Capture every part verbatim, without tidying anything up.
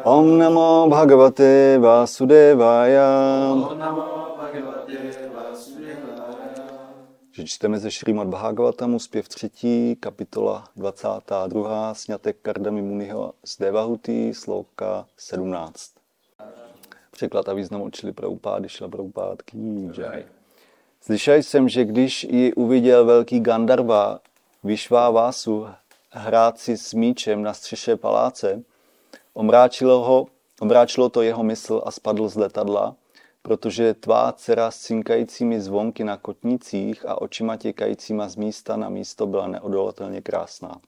Om namo bhagavate Vasudevaya. Om namo bhagavate Vasudevaya. Že čteme ze Šrímad Bhagavatamu, zpěv třetí, kapitola dvacátá druhá, sňatek Kardamy Muniho z Devahuti, sloka sedmnáct. Překlad a význam učili Prabhupády, Šrila Prabhupád ký džaj. Slyšel jsem, že když ji uviděl velký Gandharva Vyšvávásu hrát si s míčem na střeše paláce, omráčilo, ho, omráčilo to jeho mysl a spadl z letadla, protože tvá dcera s cinkajícími zvonky na kotnících a očima těkajícíma z místa na místo byla neodolatelně krásná.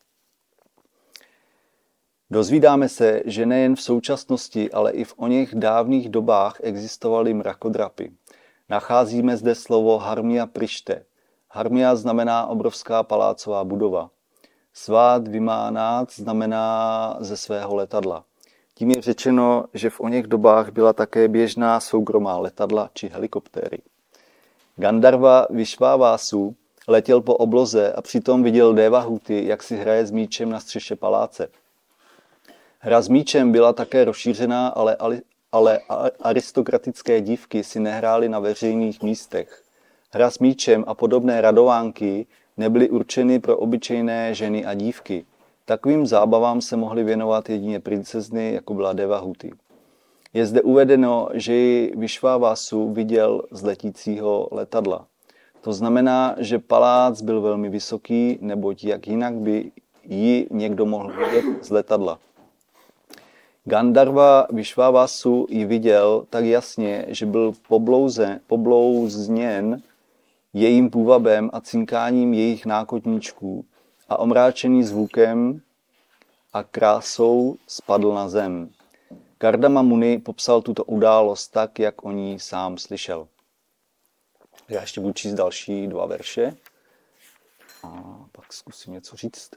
Dozvídáme se, že nejen v současnosti, ale i v oněch dávných dobách existovaly mrakodrapy. Nacházíme zde slovo Harmia Prište. Harmia znamená obrovská palácová budova. Svát Vimánát znamená ze svého letadla. Tím je řečeno, že v oněch dobách byla také běžná soukromá letadla či helikoptéry. Gandharva Vyšvávásu letěl po obloze a přitom viděl Devahuti, jak si hraje s míčem na střeše paláce. Hra s míčem byla také rozšířená, ale, ale aristokratické dívky si nehrály na veřejných místech. Hra s míčem a podobné radovánky nebyly určeny pro obyčejné ženy a dívky. Takovým zábavám se mohly věnovat jedině princezny, jako byla Devahuti. Je zde uvedeno, že ji Vyšvávásu viděl z letícího letadla. To znamená, že palác byl velmi vysoký, neboť jak jinak by ji někdo mohl vidět z letadla. Gandharva Vyšvávásu ji viděl tak jasně, že byl poblouze, poblouzněn jejím půvabem a cinkáním jejich nákotníčků a omráčený zvukem a krásou spadl na zem. Kardama Muni popsal tuto událost tak, jak o ní sám slyšel. Já ještě budu číst další dva verše a pak zkusím něco říct.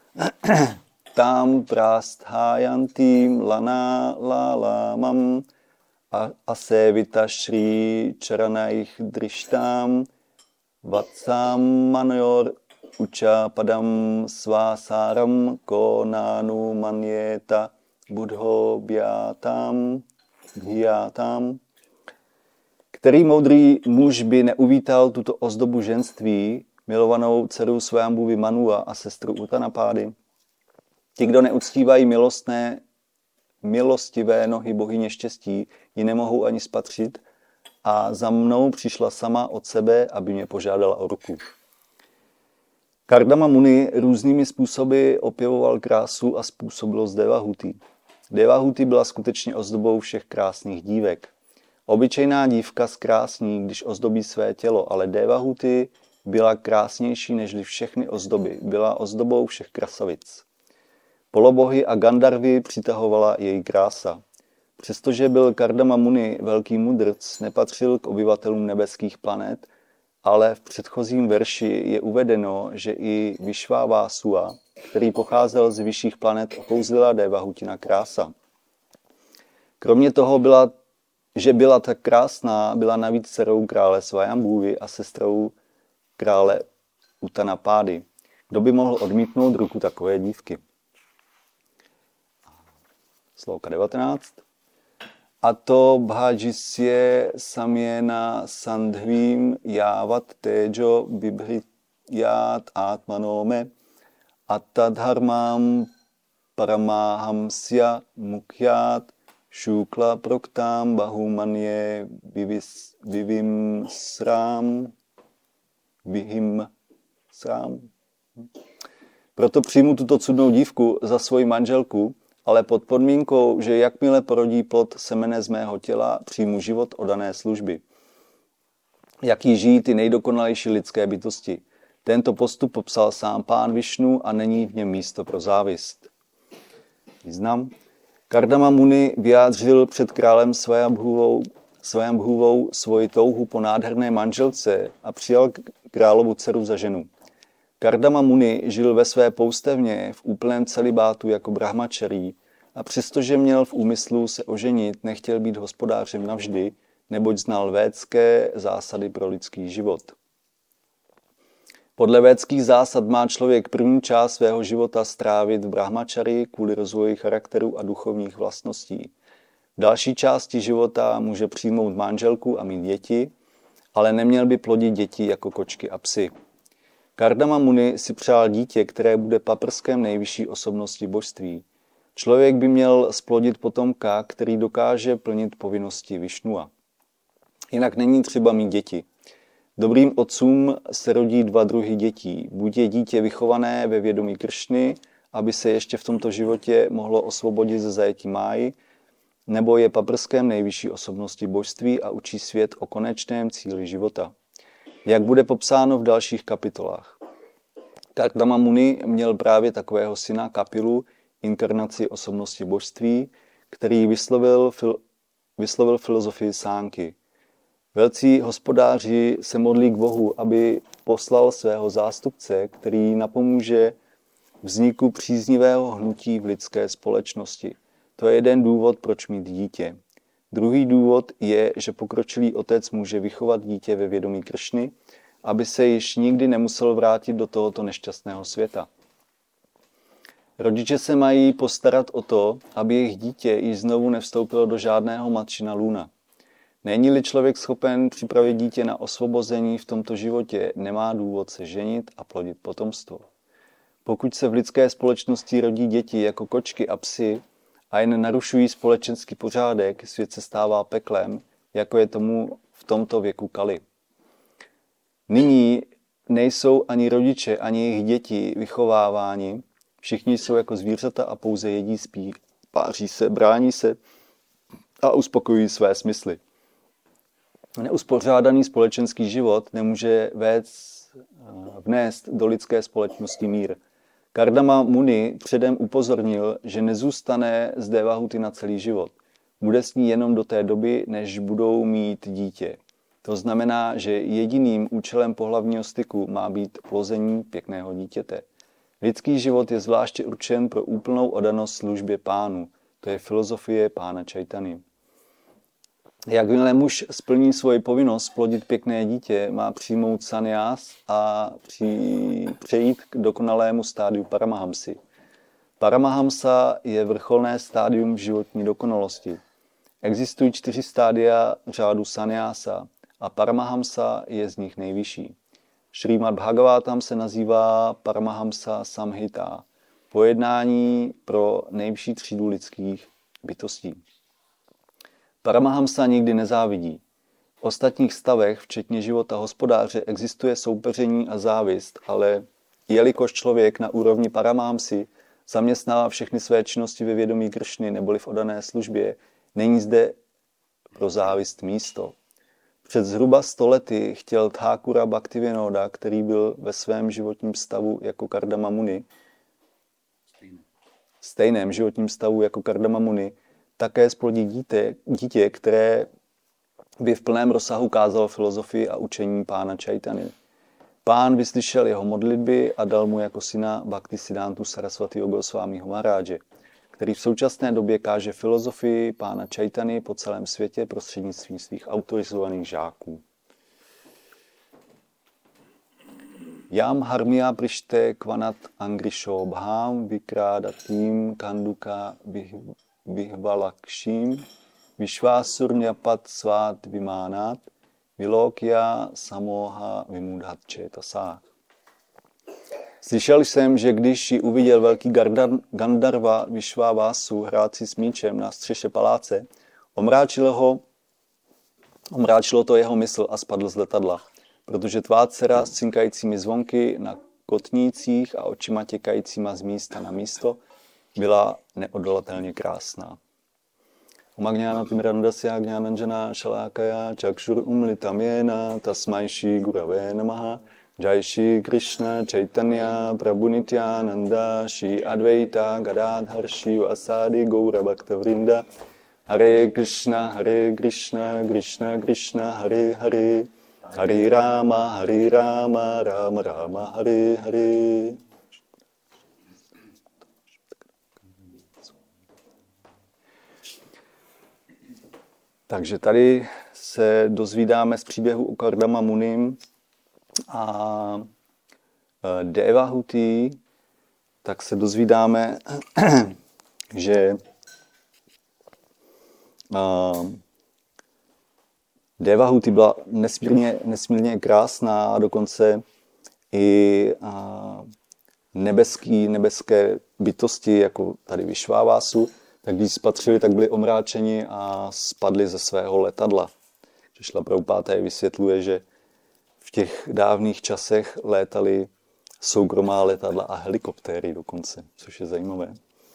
Tam prasthayantim lana lalamam asevita shri charanaich drishtam vatsam manyor ucha padam svásáram konanu manyeta budho bhyatam bhyatam. Který moudrý muž by neuvítal tuto ozdobu ženství, milovanou dceru Svayambhuvy Manua a sestru Uttanapády? Ti, kdo neuctívají milostné, milostivé nohy bohyně štěstí, ji nemohou ani spatřit a za mnou přišla sama od sebe, aby mě požádala o ruku. Kardama Muni různými způsoby opěvoval krásu a způsobilost Devahuti. Devahuti byla skutečně ozdobou všech krásných dívek. Obyčejná dívka zkrásní, když ozdobí své tělo, ale Devahuti byla krásnější než všechny ozdoby, byla ozdobou všech krasavic. Polobohy a Gandharvy přitahovala její krása. Přestože byl Kardama Muni velký mudrc, nepatřil k obyvatelům nebeských planet, ale v předchozím verši je uvedeno, že i Vyšvávásua, který pocházel z vyšších planet, okouzlila Devahutina krása. Kromě toho, byla, že byla tak krásná, byla navíc dcerou krále Svayambhuvy a sestrou krále Uttanapády. Kdo by mohl odmítnout ruku takové dívky? Sloka devatenáct. A to bhajisye saměna sandhvím jávat tejo vibhrityát atmanome attadharmam paramahamsya mukhyat shukla proktam bahumanye vivim sram vihim sram. Proto přijmu tuto cudnou dívku za svoji manželku, ale pod podmínkou, že jakmile porodí plod semene z mého těla, přijmu život oddané služby. Jaký žijí ty nejdokonalejší lidské bytosti. Tento postup popsal sám pán Višnu a není v něm místo pro závist. Význam. Kardama Muni vyjádřil před králem Svayambhuvou, Svayambhuvou svoji touhu po nádherné manželce a přijal královu dceru za ženu. Kardama Muni žil ve své poustevně v úplném celibátu jako brahmačarí a přestože měl v úmyslu se oženit, nechtěl být hospodářem navždy, neboť znal védské zásady pro lidský život. Podle védských zásad má člověk první část svého života strávit v brahmačari kvůli rozvoji charakteru a duchovních vlastností. V další části života může přijmout manželku a mít děti, ale neměl by plodit děti jako kočky a psy. Kardama Muni si přál dítě, které bude paprskem nejvyšší osobnosti božství. Člověk by měl splodit potomka, který dokáže plnit povinnosti Višnua. Jinak není třeba mít děti. Dobrým otcům se rodí dva druhy dětí. Buď je dítě vychované ve vědomí Kršny, aby se ještě v tomto životě mohlo osvobodit ze zajetí máji, nebo je paprskem nejvyšší osobnosti božství a učí svět o konečném cíli života. Jak bude popsáno v dalších kapitolách. Kardama Muni měl právě takového syna Kapilu, inkarnaci osobnosti božství, který vyslovil, fil, vyslovil filozofii sánky. Velcí hospodáři se modlí k Bohu, aby poslal svého zástupce, který napomůže vzniku příznivého hnutí v lidské společnosti. To je jeden důvod, proč mít dítě. Druhý důvod je, že pokročilý otec může vychovat dítě ve vědomí Kršny, aby se již nikdy nemusel vrátit do tohoto nešťastného světa. Rodiče se mají postarat o to, aby jejich dítě již znovu nevstoupilo do žádného matčina lůna. Není-li člověk schopen připravit dítě na osvobození v tomto životě, nemá důvod se ženit a plodit potomstvo. Pokud se v lidské společnosti rodí děti jako kočky a psy a jen narušují společenský pořádek, svět se stává peklem, jako je tomu v tomto věku Kali. Nyní nejsou ani rodiče, ani jejich děti vychováváni, všichni jsou jako zvířata a pouze jedí, spí, páří se, brání se a uspokojují své smysly. Neuspořádaný společenský život nemůže vést, vnést do lidské společnosti mír. Kardama Muni předem upozornil, že nezůstane z Devahuty na celý život. Bude s ní jenom do té doby, než budou mít dítě. To znamená, že jediným účelem pohlavního styku má být plození pěkného dítěte. Lidský život je zvláště určen pro úplnou oddanost službě pánu. To je filozofie pána Chaitany. Jakmile muž splní svoji povinnost plodit pěkné dítě, má přijmout sannyás a při, přejít k dokonalému stádiu Paramahamsy. Paramahamsa je vrcholné stádium životní dokonalosti. Existují čtyři stádia řádu sannyása a Paramahamsa je z nich nejvyšší. Šrímad Bhagavatam se nazývá Paramahamsa Samhita, pojednání pro nejvyšší třídu lidských bytostí. Paramahamsa nikdy nezávidí. V ostatních stavech, včetně života hospodáře, existuje soupeření a závist, ale jelikož člověk na úrovni Paramahamsy zaměstnává všechny své činnosti ve vědomí Kršny neboli v oddané službě, není zde pro závist místo. Před zhruba sto lety chtěl Thakura Bhaktivinoda, který byl ve svém životním stavu jako Kardama Muni, stejném životním stavu jako Kardama Muni, také splodit dítě, dítě, které by v plném rozsahu kázalo filozofii a učení pána Chaitany. Pán vyslyšel jeho modlitby a dal mu jako syna Bhaktisiddhantu Sarasvatiho Gosvámiho Maharáže, který v současné době káže filozofii pána Chaitany po celém světě prostřednictvím svých autorizovaných žáků. Jam harmia prište kvanat angrisho bham vikrádatím kanduka vihvalakším vishvasurňapat svát vimánat vilokya samoha vimudhat četasách. Slyšel jsem, že když ji uviděl velký Gandharva Vishvávasu hrát si s míčem na střeše paláce, omráčilo, ho, omráčilo to jeho mysl a spadl z letadla, protože tvá dcera s cinkajícími zvonky na kotnících a očima těkajícíma z místa na místo byla neodolatelně krásná. Omagňána Timrandasya Gnánanjana Šalákaya Čakšur Umlitam Jena Tasmai Shri Gurave Namaha Jai Shri Krishna Chaitanya Prabhu Nityananda Shri Advaita Gadadhar Shri Vasadi Gaura Bhakta Vrinda Hare Krishna Hare Krishna Krishna Krishna Hare Hare Hare Rama Hare Rama Rama Rama Hare Hare. Takže tady se dozvídáme z příběhu o Kardama Munim a Devahuti, tak se dozvídáme, že Devahuti byla nesmírně, nesmírně krásná a dokonce i nebeský, nebeské bytosti, jako tady Vyšvávásu, tak když spatřili, tak byli omráčeni a spadli ze svého letadla. Šrila Prabhupáda tady vysvětluje, že v těch dávných časech létaly soukromá letadla a helikoptéry dokonce, což je zajímavé.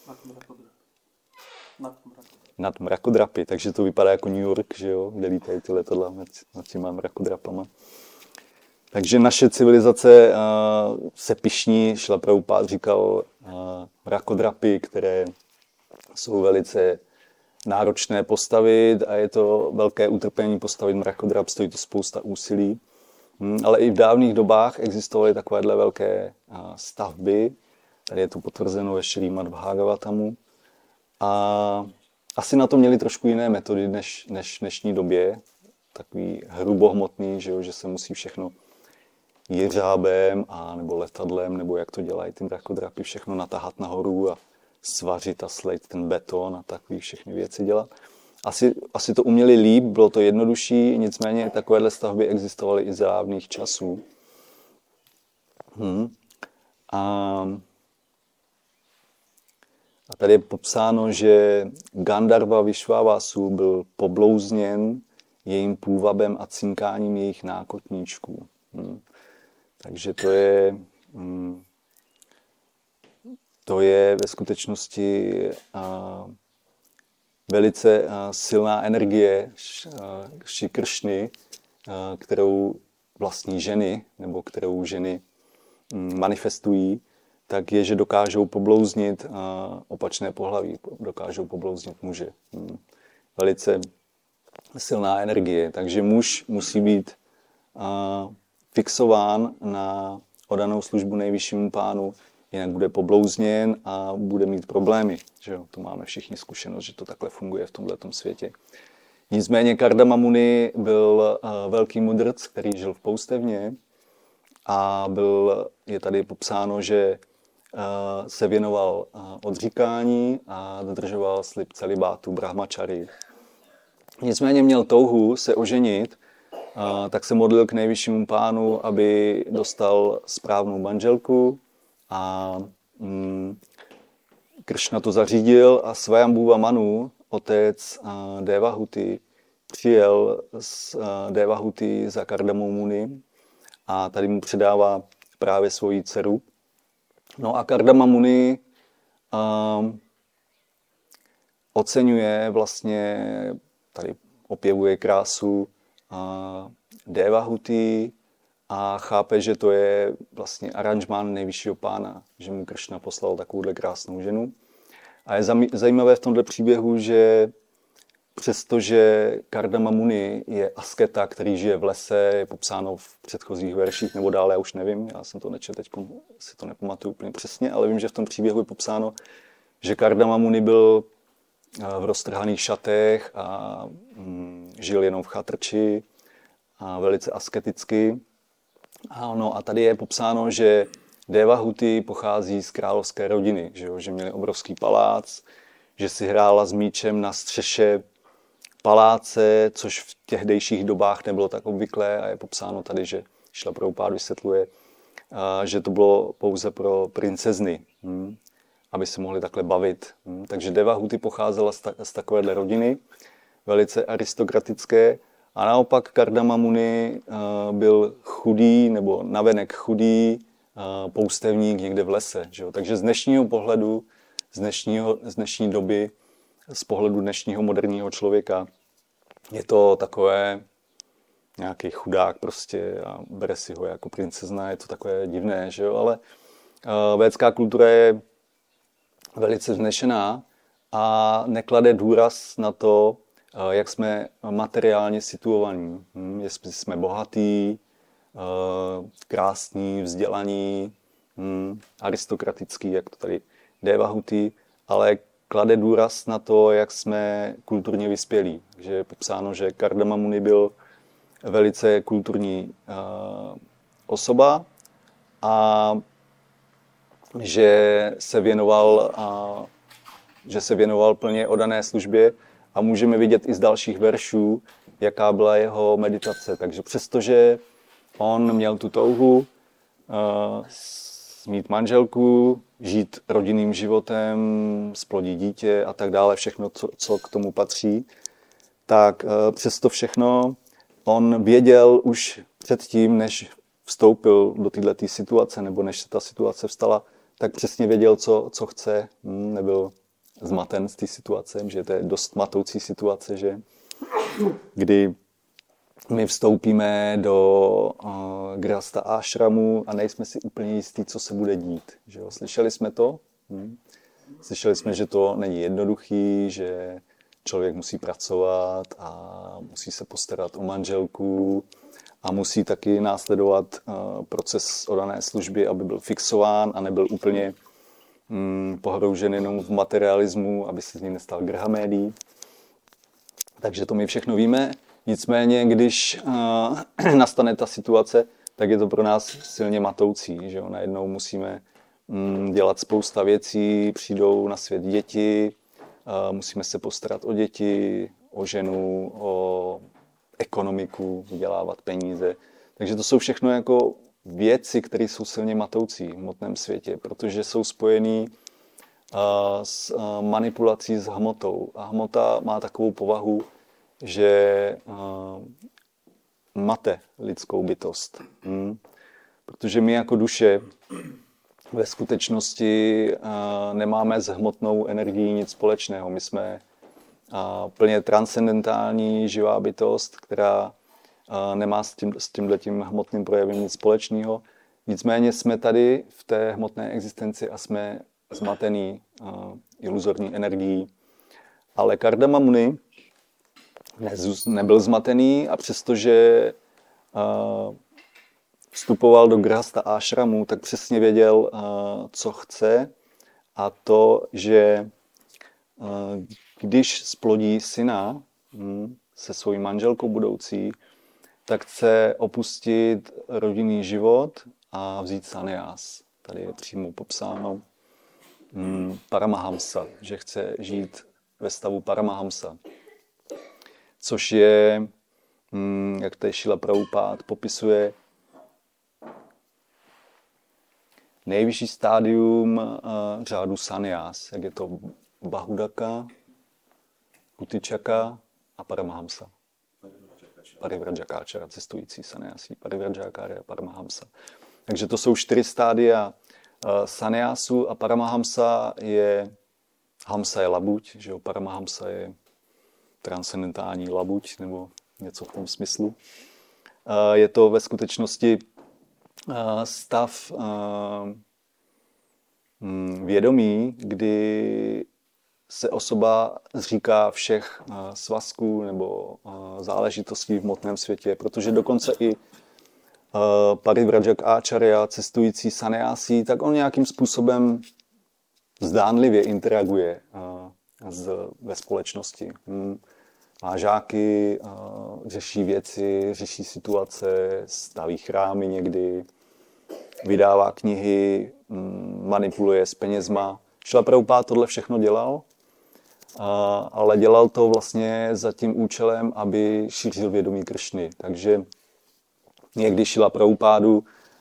Nad mrakodrapy, takže to vypadá jako New York, že jo, kde lítají ty letadla nad těma mrakodrapama. Takže naše civilizace uh, se pyšní, Šrila Prabhupáda říkal, uh, mrakodrapy, které jsou velice náročné postavit a je to velké utrpení postavit mrakodrap, stojí to spousta úsilí. Hmm, ale i v dávných dobách existovaly takovéhle velké uh, stavby, tady je to potvrzeno ve Šrímad Bhagavatamu. A asi na to měli trošku jiné metody než, než v dnešní době, takový hrubohmotný, že, jo, že se musí všechno jeřábem a nebo letadlem, nebo jak to dělají ty mrakodrapy, všechno natahat nahoru a svařit a slejt ten beton a takové všechny věci dělat. Asi, asi to uměli líp, bylo to jednodušší, nicméně takovéhle stavby existovaly i za dávných časů. Hmm. A, a tady je popsáno, že Gandharva Vyšvávásu byl poblouzněn jejím půvabem a cinkáním jejich nákotníčků. Hmm. Takže to je... Hmm, To je ve skutečnosti uh, velice uh, silná energie Šri Kršny, uh, kterou vlastní ženy, nebo kterou ženy um, manifestují, tak je, že dokážou poblouznit uh, opačné pohlaví, dokážou poblouznit muže. Um, velice silná energie, takže muž musí být uh, fixován na oddanou službu nejvyššímu pánu, jinak bude poblouzněn a bude mít problémy. Že jo? To máme všichni zkušenost, že to takhle funguje v tomhletom světě. Nicméně Kardama Muni byl uh, velký mudrc, který žil v poustevně a byl, je tady popsáno, že uh, se věnoval uh, odříkání a dodržoval slib celibátu brahmačary. Nicméně měl touhu se oženit, uh, tak se modlil k nejvyššímu pánu, aby dostal správnou manželku. A mm, Kršna to zařídil a Svayambhuva Manu, otec uh, Devahuti, přijel z uh, Devahuti za Kardamou Muni a tady mu předává právě svoji dceru. No a Kardama Muni uh, oceňuje vlastně, tady opěvuje krásu uh, Devahuti, a chápe, že to je vlastně aranžmán nejvyššího pána, že mu Kršna poslal takovouhle krásnou ženu. A je zajímavé v tomto příběhu, že přestože Kardama Muni je asketa, který žije v lese, je popsáno v předchozích verších, nebo dále, já už nevím, já jsem to nečetl, teď si to nepamatuju úplně přesně, ale vím, že v tom příběhu je popsáno, že Kardama Muni byl v roztrhaných šatech a mm, žil jenom v chatrči a velice asketicky. Ano, a tady je popsáno, že Devahuti pochází z královské rodiny, že, jo, že měli obrovský palác, že si hrála s míčem na střeše paláce, což v tehdejších dobách nebylo tak obvyklé a je popsáno tady, že Šrila Prabhupáda vysvětluje, že to bylo pouze pro princezny, hm, aby se mohli takhle bavit. Hm. Takže Devahuti pocházela z, ta, z takovéhle rodiny, velice aristokratické. A naopak Kardama Muni uh, byl chudý, nebo navenek chudý uh, poustevník někde v lese. Že jo? Takže z dnešního pohledu, z, dnešního, z dnešní doby, z pohledu dnešního moderního člověka, je to takové nějaký chudák prostě a bere si ho jako princezna, je to takové divné, že jo? Ale uh, védská kultura je velice vznešená a neklade důraz na to, jak jsme materiálně situovaní. Jestli jsme bohatí, krásní, vzdělaní, aristokratický, jak to tady Devahuti, ale klade důraz na to, jak jsme kulturně vyspělí. Takže je popsáno, že Kardama Muni byl velice kulturní osoba a že se věnoval, a, že se věnoval plně oddané službě a můžeme vidět i z dalších veršů, jaká byla jeho meditace. Takže přestože on měl tu touhu uh, mít manželku, žít rodinným životem, splodit dítě a tak dále, všechno, co, co k tomu patří, tak uh, přesto všechno on věděl už předtím, než vstoupil do této situace, nebo než se ta situace vstala, tak přesně věděl, co, co chce. Nebyl zmaten z té situace, že to je dost matoucí situace, že kdy my vstoupíme do uh, grasta ashramu a nejsme si úplně jistí, co se bude dít. Že jo? Slyšeli jsme to? Hm? Slyšeli jsme, že to není jednoduchý, že člověk musí pracovat a musí se postarat o manželku a musí taky následovat uh, proces oddané služby, aby byl fixován a nebyl úplně um, pohroužen jenom v materialismu, aby se z ní nestal Grahamedi. Takže to my všechno víme. Nicméně, když uh, nastane ta situace, tak je to pro nás silně matoucí. Že jo? Najednou musíme um, dělat spousta věcí, přijdou na svět děti, uh, musíme se postarat o děti, o ženu, o ekonomiku, vydělávat peníze. Takže to jsou všechno jako věci, které jsou silně matoucí v hmotném světě, protože jsou spojený uh, s uh, manipulací s hmotou. A hmota má takovou povahu, že uh, mate lidskou bytost. Hmm. Protože my jako duše ve skutečnosti uh, nemáme s hmotnou energií nic společného. My jsme uh, plně transcendentální živá bytost, která uh, nemá s, tím, s tímhletím hmotným projevem nic společného. Nicméně jsme tady v té hmotné existenci a jsme zmatený uh, iluzorní energií. Ale Kardama Muni nebyl zmatený a přestože uh, vstupoval do grhasta ashramu, tak přesně věděl, uh, co chce, a to, že uh, když splodí syna hm, se svojí manželkou budoucí, tak chce opustit rodinný život a vzít sannyás. Tady je přímo popsáno hm, Paramahamsa, že chce žít ve stavu Paramahamsa. Což je, jak tady Šrila Prabhupád popisuje, nejvyšší stádium uh, řádu sannyás, jak je to Bahudaka, Utičaka a Paramahamsa. Parivrajakáčara, cestující sannyásí, Parivrajakára a Paramahamsa. Takže to jsou čtyři stádia uh, sannyásu a Paramahamsa je, Hamsa je labuť, že jo, Paramahamsa je transcendentální labuť, nebo něco v tom smyslu. Je to ve skutečnosti stav vědomí, kdy se osoba zříká všech svazků nebo záležitostí v hmotném světě, protože dokonce i Parivrajak Acharya, cestující sannyásí, tak on nějakým způsobem zdánlivě interaguje ve společnosti. Má žáky, řeší věci, řeší situace, staví chrámy někdy, vydává knihy, manipuluje s penězma. Šrila Prabhupád tohle všechno dělal, ale dělal to vlastně za tím účelem, aby šířil vědomí Krišny. Takže někdy Šrila Prabhupádu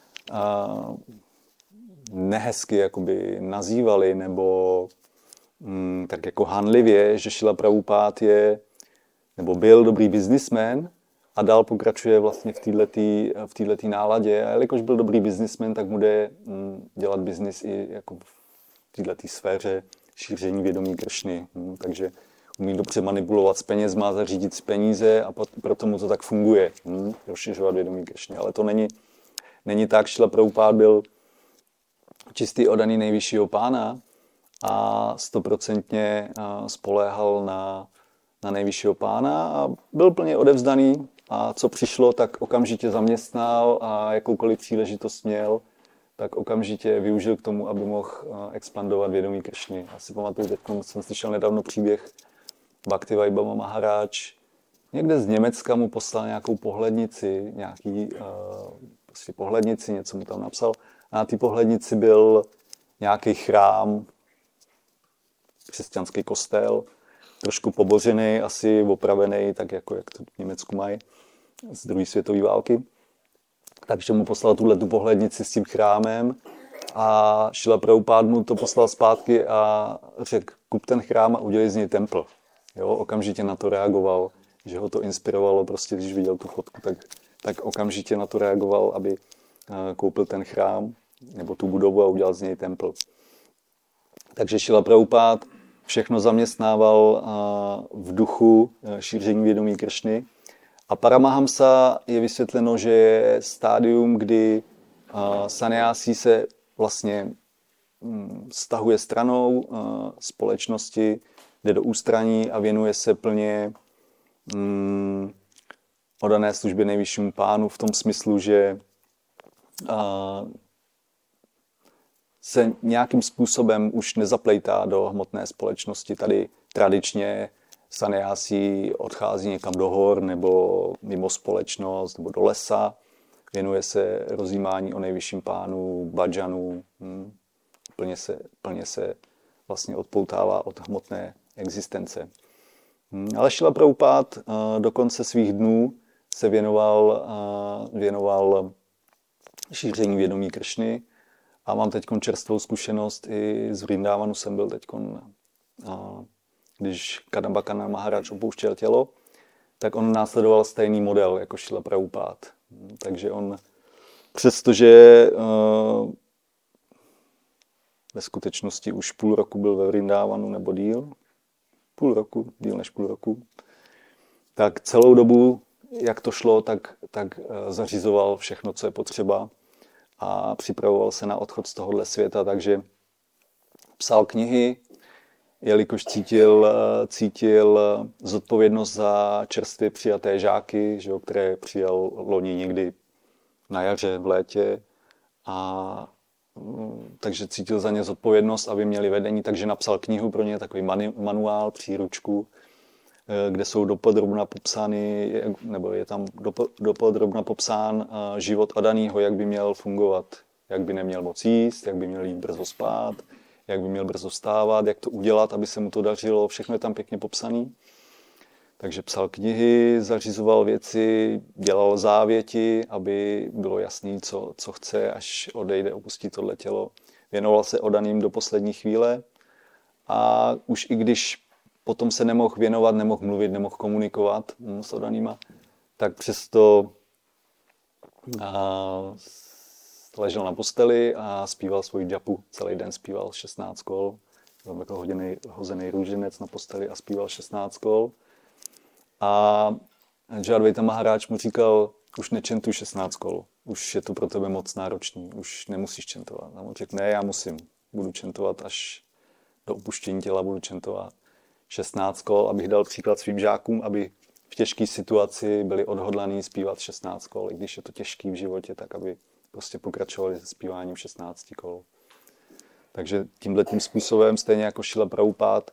nehezky jakoby nazývali, nebo tak jako hanlivě, že Šrila Prabhupád je nebo byl dobrý biznismen a dál pokračuje vlastně v této v této náladě. A jelikož byl dobrý biznismen, tak mu jde dělat biznis i jako v této sféře šíření vědomí Krišny. Takže umí dobře manipulovat s penězma, zařídit si peníze a proto mu to tak funguje. Rozšiřovat vědomí Krišny. Ale to není, není tak. Šrila Prabhupád byl čistý oddaný nejvyššího pána a stoprocentně spoléhal na na nejvyššího pána a byl plně odevzdaný a co přišlo, tak okamžitě zaměstnal a jakoukoliv příležitost měl, tak okamžitě využil k tomu, aby mohl expandovat vědomí Krišny. Já si pamatuju, teď jsem slyšel nedávno příběh Bhakti Vaibhava Maharaj. Někde z Německa mu poslal nějakou pohlednici, nějaký uh, prostě pohlednici, něco mu tam napsal na té pohlednici byl nějaký chrám, křesťanský kostel, trošku pobořený, asi opravený, tak jako jak to v Německu mají z druhé světové války. Takže mu poslal tuhle tu pohlednici s tím chrámem a Šrila Prabhupád mu to poslal zpátky a řekl, kup ten chrám a udělej z něj templ. Jo, okamžitě na to reagoval, že ho to inspirovalo, prostě když viděl tu fotku, tak, tak okamžitě na to reagoval, aby koupil ten chrám nebo tu budovu a udělal z něj templ. Takže Šrila Prabhupád všechno zaměstnával v duchu šíření vědomí Kršny. A Paramahamsa je vysvětleno, že je stádium, kdy sannyásí se vlastně stahuje stranou společnosti, jde do ústraní a věnuje se plně oddané službě nejvyššímu pánu v tom smyslu, že se nějakým způsobem už nezaplejtá do hmotné společnosti. Tady tradičně sannyásí odchází někam do hor nebo mimo společnost nebo do lesa. Věnuje se rozjímání o nejvyšším pánu, bhajanu. Hm. Plně se, plně se vlastně odpoutává od hmotné existence. Hm. Ale Šrila Prabhupád do konce svých dnů se věnoval, věnoval šíření vědomí Kršny. A mám teď čerstvou zkušenost i z Vrindávanu jsem byl teď, když Kadambakana Maharaj opouštěl tělo, tak on následoval stejný model jako Šrila Prabhupád. Takže on, přestože uh, ve skutečnosti už půl roku byl ve Vrindávanu nebo díl, půl roku, díl než půl roku, tak celou dobu, jak to šlo, tak, tak uh, zařizoval všechno, co je potřeba a připravoval se na odchod z tohohle světa, takže psal knihy, jelikož cítil, cítil zodpovědnost za čerstvě přijaté žáky, že jo, které přijal loni někdy na jaře, v létě. A, takže cítil za ně zodpovědnost, aby měli vedení, takže napsal knihu pro ně, takový manuál, příručku, kde jsou dopodrobna popsány, nebo je tam dopodrobna popsán život Adanýho, jak by měl fungovat, jak by neměl moc jíst, jak by měl jít brzo spát, jak by měl brzo vstávat, jak to udělat, aby se mu to dařilo, všechno je tam pěkně popsané. Takže psal knihy, zařizoval věci, dělal závěti, aby bylo jasné, co, co chce, až odejde, opustí tohle tělo. Věnoval se Odaným do poslední chvíle a už i když potom se nemohl věnovat, nemohl mluvit, nemohl komunikovat s Odanýma, tak přesto a, ležel na posteli a zpíval svoji džapu. Celý den zpíval šestnáct kol. Byl jako hozený, hozený růženec na posteli a zpíval šestnáct kol. A Jadvaita Maharaj mu říkal, už nečentuj šestnáct kol. Už je to pro tebe moc náročný. Už nemusíš čentovat. A on řekl, ne, já musím. Budu čentovat až do opuštění těla, budu čentovat šestnáct kol, abych dal příklad svým žákům, aby v těžké situaci byli odhodlaní zpívat šestnáct kol. I když je to těžký v životě, tak aby prostě pokračovali se zpíváním šestnáct kol. Takže tímhletím způsobem, stejně jako Šrila Prabhupád,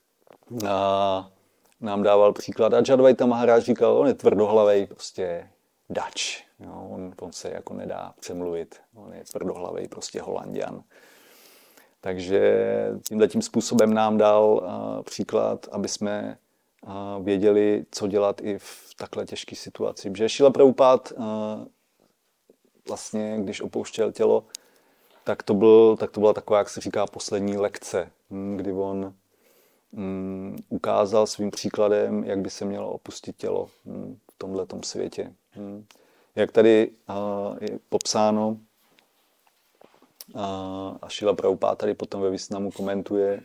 nám dával příklad. A Jadvaita Maharaj říkal, on je tvrdohlavej, prostě dač. Jo, on, on se jako nedá přemluvit. On je tvrdohlavej, prostě Holanďan. Takže tímhletím způsobem nám dal uh, příklad, aby jsme uh, věděli, co dělat i v takhle těžké situaci. Že Šrila Prabhupád uh, vlastně, když opouštěl tělo, tak to, byl, tak to byla taková, jak se říká, poslední lekce, kdy on um, ukázal svým příkladem, jak by se mělo opustit tělo um, v tomhletom světě. Um, jak tady uh, je popsáno, uh, a Šrila Prabhupád tady potom ve Visnamu komentuje,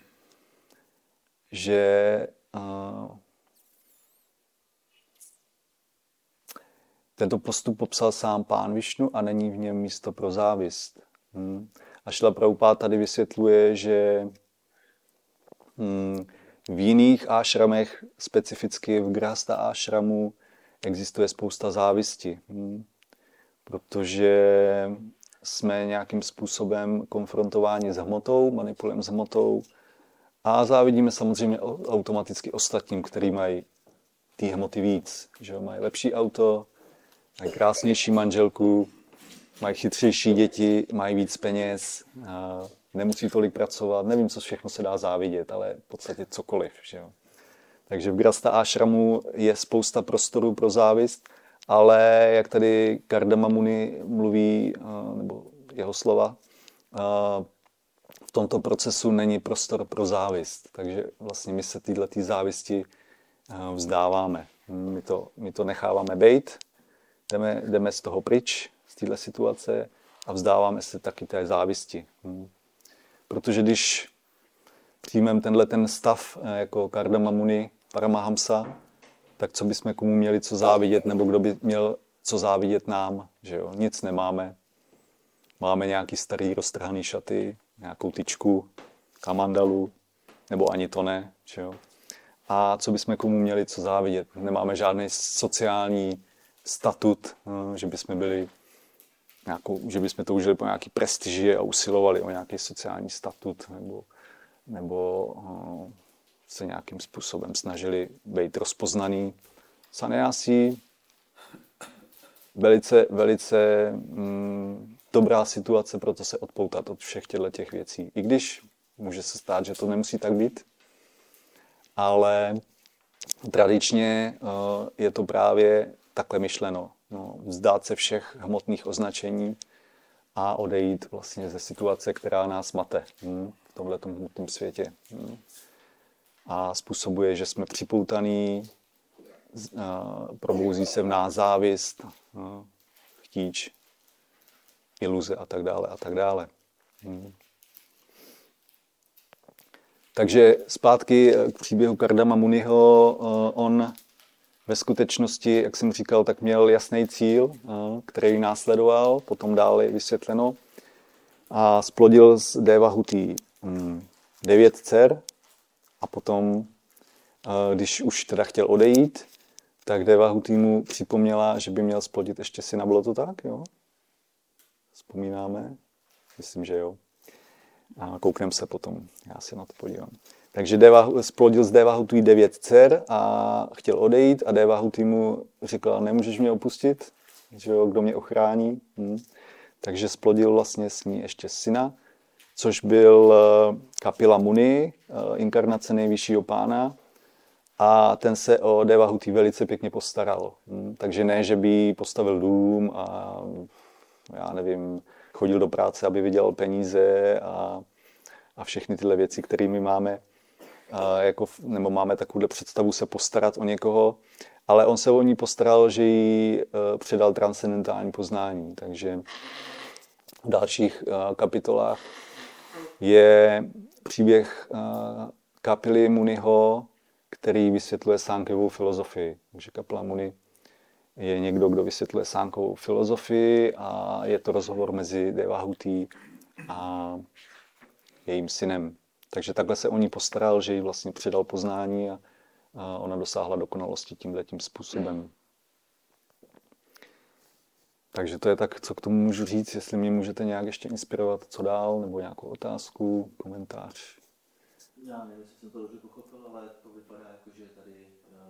že uh, tento postup popsal sám Pán Višnu a není v něm místo pro závist. Hmm. A Šrila Prabhupád tady vysvětluje, že hmm, v jiných ášramech, specificky v Grihastha ášramu, existuje spousta závisti. Hmm. Protože jsme nějakým způsobem konfrontováni s hmotou, manipulujeme s hmotou a závidíme samozřejmě automaticky ostatním, kteří mají té hmoty víc. Že mají lepší auto, mají krásnější manželku, mají chytřejší děti, mají víc peněz, nemusí tolik pracovat, nevím, co všechno se dá závidět, ale v podstatě cokoliv. Že jo. Takže v Grasta Ashramu je spousta prostoru pro závist, ale jak tady Kardama Muni mluví, nebo jeho slova, v tomto procesu není prostor pro závist. Takže vlastně my se této závisti vzdáváme. My to, my to necháváme bejt, jdeme, jdeme z toho pryč, z této situace a vzdáváme se taky té závisti. Protože když přijmeme tenhle ten stav jako Kardama Muni, Paramahamsa, tak co bychom komu měli co závidět, nebo kdo by měl co závidět nám, že jo? Nic nemáme. Máme nějaký starý roztrhaný šaty, nějakou tyčku, kamandalu, nebo ani to ne, že jo? A co bychom komu měli co závidět? Nemáme žádný sociální statut, že bychom byli nějakou, že bychom toužili po nějaký prestiži a usilovali o nějaký sociální statut, nebo, nebo se nějakým způsobem snažili být rozpoznaný. Sannyásí, velice, velice mm, dobrá situace pro to se odpoutat od všech těch věcí. I když může se stát, že to nemusí tak být, ale tradičně uh, je to právě takhle myšleno. No, vzdát se všech hmotných označení a odejít vlastně ze situace, která nás mate hm, v tomhletom hmotném světě. Hm. A způsobuje, že jsme připoutaný, uh, probouzí se v nás závist, uh, chtíč, iluze a tak dále a tak dále. Hm. Takže zpátky k příběhu Kardama Muniho, uh, on ve skutečnosti, jak jsem říkal, tak měl jasný cíl, který následoval, potom dále je vysvětleno. A splodil z Devahuti devět dcer a potom, když už teda chtěl odejít, tak Devahuti mu připomněla, že by měl splodit ještě syna. Bylo to tak, jo? Vzpomínáme? Myslím, že jo. A koukneme se potom, já se na to podívám. Takže Deva, splodil z Devahuti devět dcer a chtěl odejít a Devahuti mu říkal, nemůžeš mě opustit, že jo, kdo mě ochrání. Hm. Takže splodil vlastně s ní ještě syna, což byl Kapila Muni, inkarnace nejvyššího pána, a ten se o Devahuti velice pěkně postaral. Hm. Takže ne, že by postavil dům a já nevím, chodil do práce, aby vydělal peníze a, a všechny tyhle věci, které my máme, a jako, nebo máme takovou představu se postarat o někoho, ale on se o ní postaral, že jí předal transcendentální poznání. Takže v dalších kapitolách je příběh Kapily Muniho, který vysvětluje Sankhyavu filozofii. Takže Kapila Muni je někdo, kdo vysvětluje Sankhyavu filozofii a je to rozhovor mezi Devahuti a jejím synem. Takže takhle se o ní postaral, že jí vlastně předal poznání a, a ona dosáhla dokonalosti tímhletím způsobem. Takže to je tak, co k tomu můžu říct, jestli mě můžete nějak ještě inspirovat, co dál, nebo nějakou otázku, komentář. Já nevím, jestli jsem to dobře pochopil, ale to vypadá jako, že tady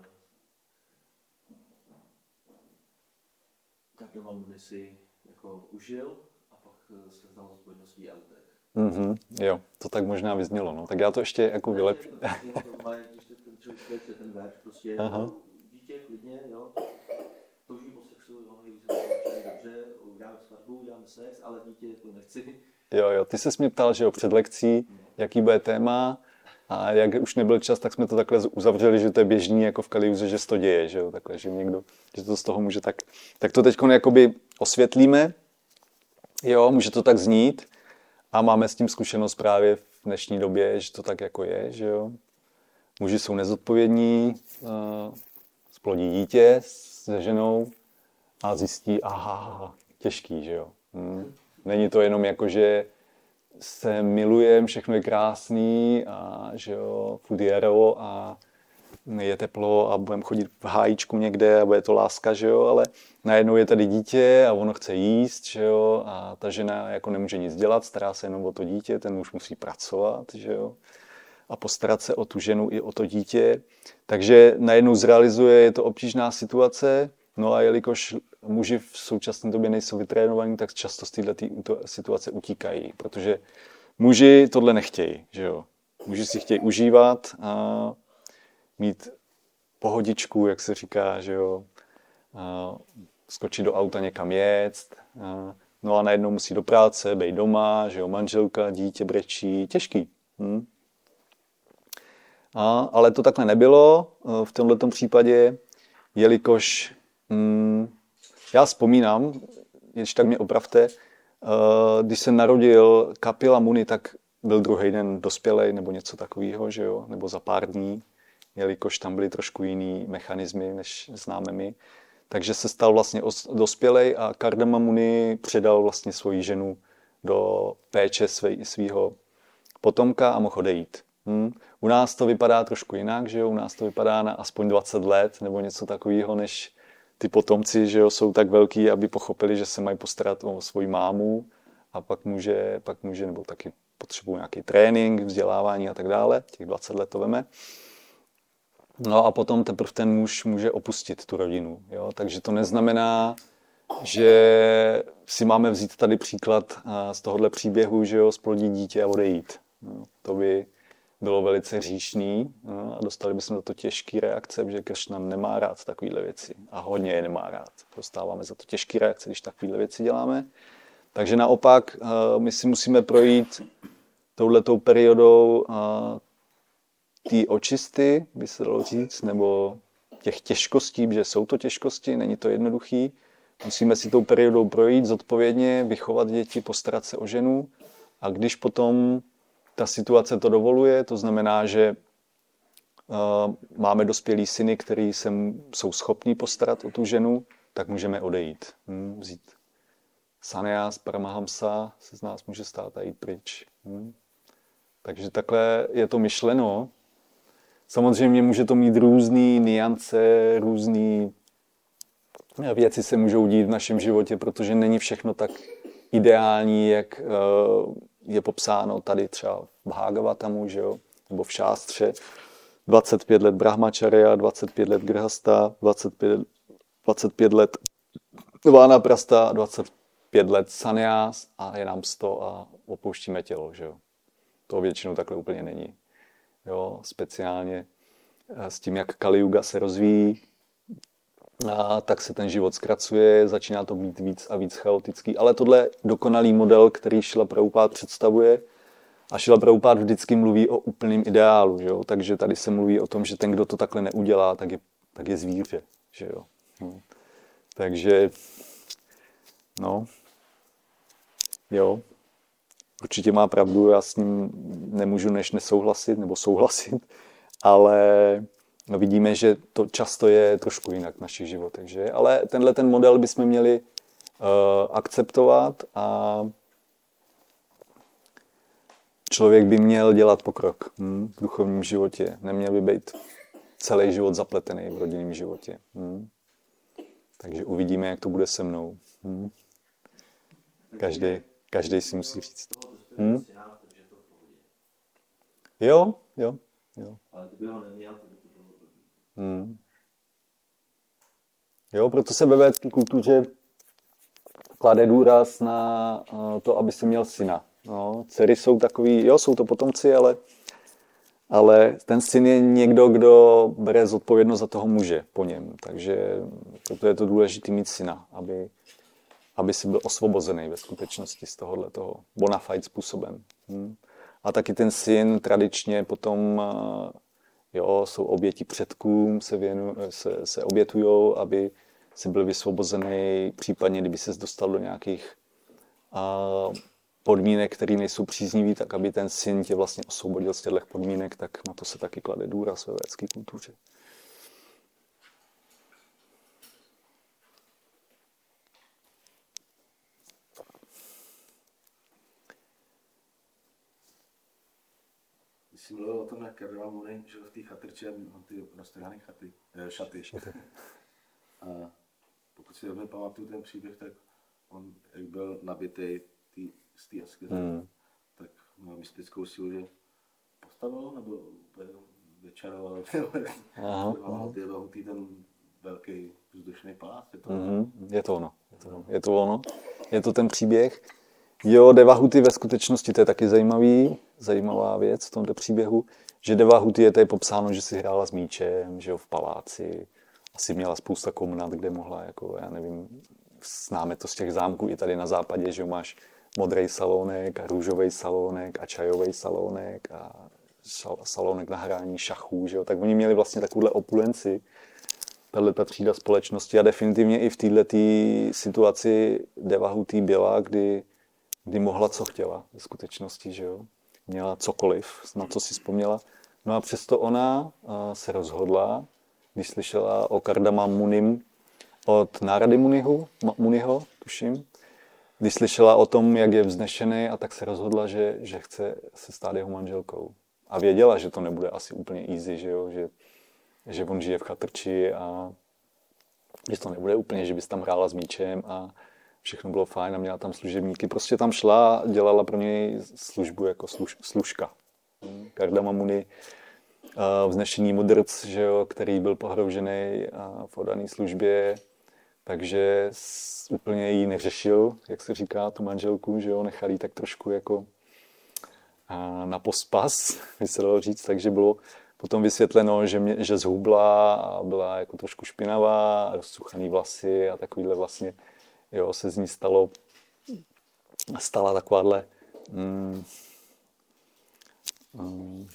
Kardama Muni si jako užil a pak se vzdal odpovědností a utek. Mhm, jo, to tak možná vyznělo, no. Tak já to ještě jako vylepším. Když ten člověk čte ten verš, prostě Aha. dítě klidně, jo, touží po sexu, jo, dobře, uděláme svatbu, uděláme sex, ale dítě to nechci. Jo, jo, ty ses mě ptal, že jo, před lekcí, no. Jaký bude téma a jak už nebyl čas, tak jsme to takhle uzavřeli, že to je běžný jako v Kaliuze, že se to děje, že jo, takhle, že někdo, že to z toho může tak, tak to teď jakoby osvětlíme, jo, může to tak znít. A máme s tím zkušenost právě v dnešní době, že to tak jako je, že jo. Muži jsou nezodpovědní, uh, splodí dítě se ženou a zjistí, aha, těžký, že jo. Hmm. Není to jenom jako, že se milujeme, všechno je krásný a že jo, furt jaro a je teplo a budeme chodit v hájíčku někde a bude to láska, že jo, ale najednou je tady dítě a ono chce jíst, že jo, a ta žena jako nemůže nic dělat, stará se jenom o to dítě, ten muž musí pracovat, že jo, a postarat se o tu ženu i o to dítě, takže najednou zrealizuje, je to obtížná situace No a jelikož muži v současné době nejsou vytrénovaní, tak často z této situace utíkají, protože muži tohle nechtějí, že jo. Muži si chtějí užívat a mít pohodičku, jak se říká, že jo. A skočit do auta někam jet. A no a najednou musí do práce, bejt doma, že jo, manželka, dítě brečí, těžký. Hm? A, ale to takhle nebylo v tomto případě, jelikož hm, já vzpomínám, když tak mě opravte, když se narodil Kapila Muni, tak byl druhý den dospělej nebo něco takového, že jo, nebo za pár dní, jelikož tam byly trošku jiný mechanismy, než známe my. Takže se stal vlastně dospělej a Kardama Muni předal vlastně svoji ženu do péče svého potomka a mohl odejít. Hm? U nás to vypadá trošku jinak, že jo? U nás to vypadá na aspoň dvacet let nebo něco takového, než ty potomci, že jo, jsou tak velký, aby pochopili, že se mají postarat o svoji mámu a pak může, pak může nebo taky potřebují nějaký trénink, vzdělávání a tak dále. Těch dvacet let to veme. No a potom teprve ten muž může opustit tu rodinu. Jo? Takže to neznamená, že si máme vzít tady příklad z tohohle příběhu, že jo, splodit dítě a odejít. No, to by bylo velice hříšný, no, a dostali bychom za to těžké reakce, že Kršna nemá rád takovéhle věci a hodně je nemá rád. Dostáváme za to těžké reakce, když takovéhle věci děláme. Takže naopak my si musíme projít touhletou periodou té očisty, by se dalo říct, nebo těch těžkostí, že jsou to těžkosti, není to jednoduchý. Musíme si tou periodou projít zodpovědně, vychovat děti, postarat se o ženu a když potom ta situace to dovoluje, to znamená, že uh, máme dospělý syny, kteří se jsou schopní postarat o tu ženu, tak můžeme odejít. Hm, vzít sannyás, paramahamsa se z nás může stát a jít pryč. Hm. Takže takhle je to myšleno. Samozřejmě může to mít různé nuance, různé věci se můžou dít v našem životě, protože není všechno tak ideální, jak uh, je popsáno tady třeba v Bhagavatamu, že jo? Nebo v šástře. dvacet pět let brahmacharya, dvacet pět let grhasta, dvacet pět, dvacet pět let vánaprasta, dvacet pět let sannyás a je nám sto a opouštíme tělo. Že jo? To většinou takhle úplně není. Jo? Speciálně s tím, jak Kali Yuga se rozvíjí, a tak se ten život zkracuje, začíná to být víc a víc chaotický. Ale tohle je dokonalý model, který Šrila Prabhupád představuje. A Šrila Prabhupád vždycky mluví o úplném ideálu. Že jo? Takže tady se mluví o tom, že ten, kdo to takhle neudělá, tak je, tak je zvíře. Že jo? No. Takže, no, jo, určitě má pravdu, já s ním nemůžu než nesouhlasit, nebo souhlasit, ale no vidíme, že to často je trošku jinak v našich životech, že? Ale tenhle ten model bychom měli uh, akceptovat a člověk by měl dělat pokrok hm, v duchovním životě. Neměl by být celý život zapletený v rodinném životě. Hm. Takže uvidíme, jak to bude se mnou. Hm. Každý, každý si musí říct. Hm. Jo, jo, jo. Ale kdyby ho neměl, tak by to bylo dobrý. Hmm. Jo, proto se ve védské kultuře klade důraz na to, aby se měl syna. No, dcery jsou takový, jo, jsou to potomci, ale, ale ten syn je někdo, kdo bere zodpovědnost za toho muže po něm. Takže proto je to důležité mít syna, aby, aby si byl osvobozený ve skutečnosti z tohohle toho bona fide způsobem. Hmm. A taky ten syn tradičně potom jo, jsou oběti předkům, se, věnu, se, se obětujou, aby si byl vysvobozený, případně kdyby ses dostal do nějakých a, podmínek, které nejsou příznivý, tak aby ten syn tě vlastně osvobodil z těchto podmínek, tak na to se taky klade důraz ve védské kultuře. Když jsi mluvil o tom, jak Kardama Muni žil v té chatrče, ty roztrhané chaty, šaty. A pokud si dobře pamatuju ten příběh, tak on, jak byl nabitý tý, z té askezy, hmm. tak má mystickou sílu, že postavil nebo večeroval ty lahutý ten velký vzdušný palác. Je to, mm-hmm. je to ono. Je to ono. Je to ono. Je to ten příběh. Jo, Devahuti ve skutečnosti, to je taky zajímavý, zajímavá věc v tomto příběhu, že Devahuti je tady popsáno, že si hrála s míčem, že jo, v paláci. Asi měla spousta komnat, kde mohla, jako, já nevím, známe to z těch zámků i tady na západě, že jo, máš modrý salónek a růžový salónek a čajový salónek a salónek na hraní šachů, že jo, tak oni měli vlastně takovouhle opulenci, tato třída společnosti a definitivně i v této situaci Devahuti byla, kdy, kdy mohla, co chtěla ve skutečnosti, že jo, měla cokoliv, na co si vzpomněla. No a přesto ona se rozhodla, když slyšela o Kardama Munim od Nárady Muniho, Muniho, tuším, když slyšela o tom, jak je vznešený, a tak se rozhodla, že, že chce se stát jeho manželkou. A věděla, že to nebude asi úplně easy, že, jo? Že, že on žije v chatrči a že to nebude úplně, že bys tam hrála s míčem a všechno bylo fajn a měla tam služebníky. Prostě tam šla a dělala pro něj službu jako služ, služka. Kardama Muni, vznešený mudrc, že jo, který byl pohroužený v oddané službě, takže úplně ji neřešil, jak se říká, tu manželku, že jo, nechal jí tak trošku jako na pospas, by se dalo říct, takže bylo potom vysvětleno, že, mě, že zhubla a byla jako trošku špinavá, rozcuchaný vlasy a takovýhle vlastně, jo, se z ní stalo, stala takováhle mm, mm,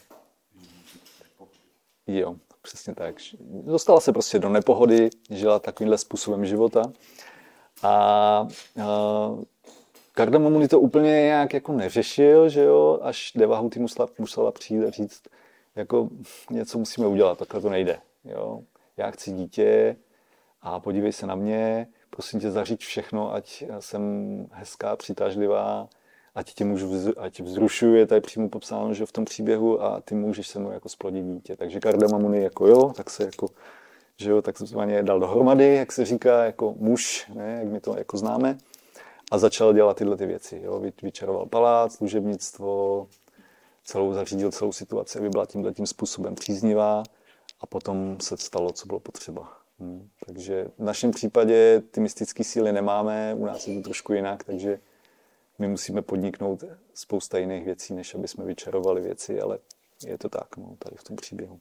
jo, přesně tak. Dostala se prostě do nepohody, žila takovýmhle způsobem života a, a Kardama Muni to úplně nějak jako neřešil, že jo, až Devahuti musela, musela přijít a říct, jako něco musíme udělat, takhle to nejde, jo. Já chci dítě a podívej se na mě, prosím tě zaříď všechno, ať jsem hezká, přitažlivá, ať tě můžu, ať vzrušuju, je tady přímo popsáno, že v tom příběhu a ty můžeš se mnou jako splodit dítě. Takže Kardama Muni jako jo, tak se jako, že jo, tak se dal dohromady, jak se říká, jako muž, ne, jak my to jako známe. A začal dělat tyhle ty věci. Jo. Vyčaroval palác, služebnictvo, celou zařídil celou situaci, aby byla tímhletím způsobem příznivá a potom se stalo, co bylo potřeba. Hmm. Takže v našem případě ty mystické síly nemáme, u nás je to trošku jinak, takže my musíme podniknout spousta jiných věcí, než aby jsme vyčarovali věci, ale je to tak, no, tady v tom příběhu.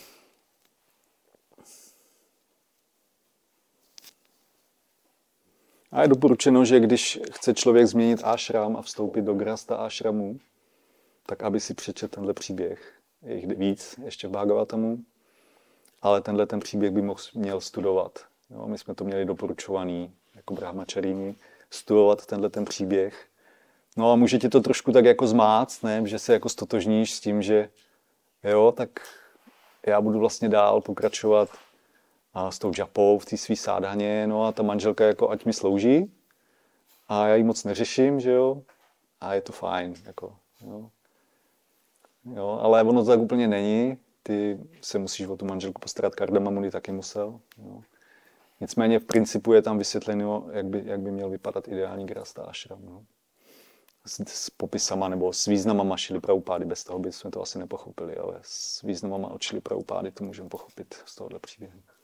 A je doporučeno, že když chce člověk změnit ášram a vstoupit do grasta ášramu, tak aby si přečetl tenhle příběh. Je jich víc ještě v Bhagavatamu, ale tenhle ten příběh by mohl, měl studovat. Jo, my jsme to měli doporučovaný jako brahmačarini, studovat tenhle ten příběh. No a může ti to trošku tak jako zmáct, ne? Že se jako stotožníš s tím, že jo, tak já budu vlastně dál pokračovat a s tou džapou v té svý sádhaně, no a ta manželka jako ať mi slouží a já ji moc neřeším, že jo, a je to fajn, jako, jo. Jo, ale ono to tak úplně není, ty se musíš o tu manželku postarat, Kardama Muni taky musel, jo. Nicméně v principu je tam vysvětleno, jak by, jak by měl vypadat ideální grasta ashram, no. S, s popisama nebo s významama Šrily Prabhupády, bez toho bychom to asi nepochopili, ale s významama od Šrily Prabhupády to můžeme pochopit z tohohle příběhu.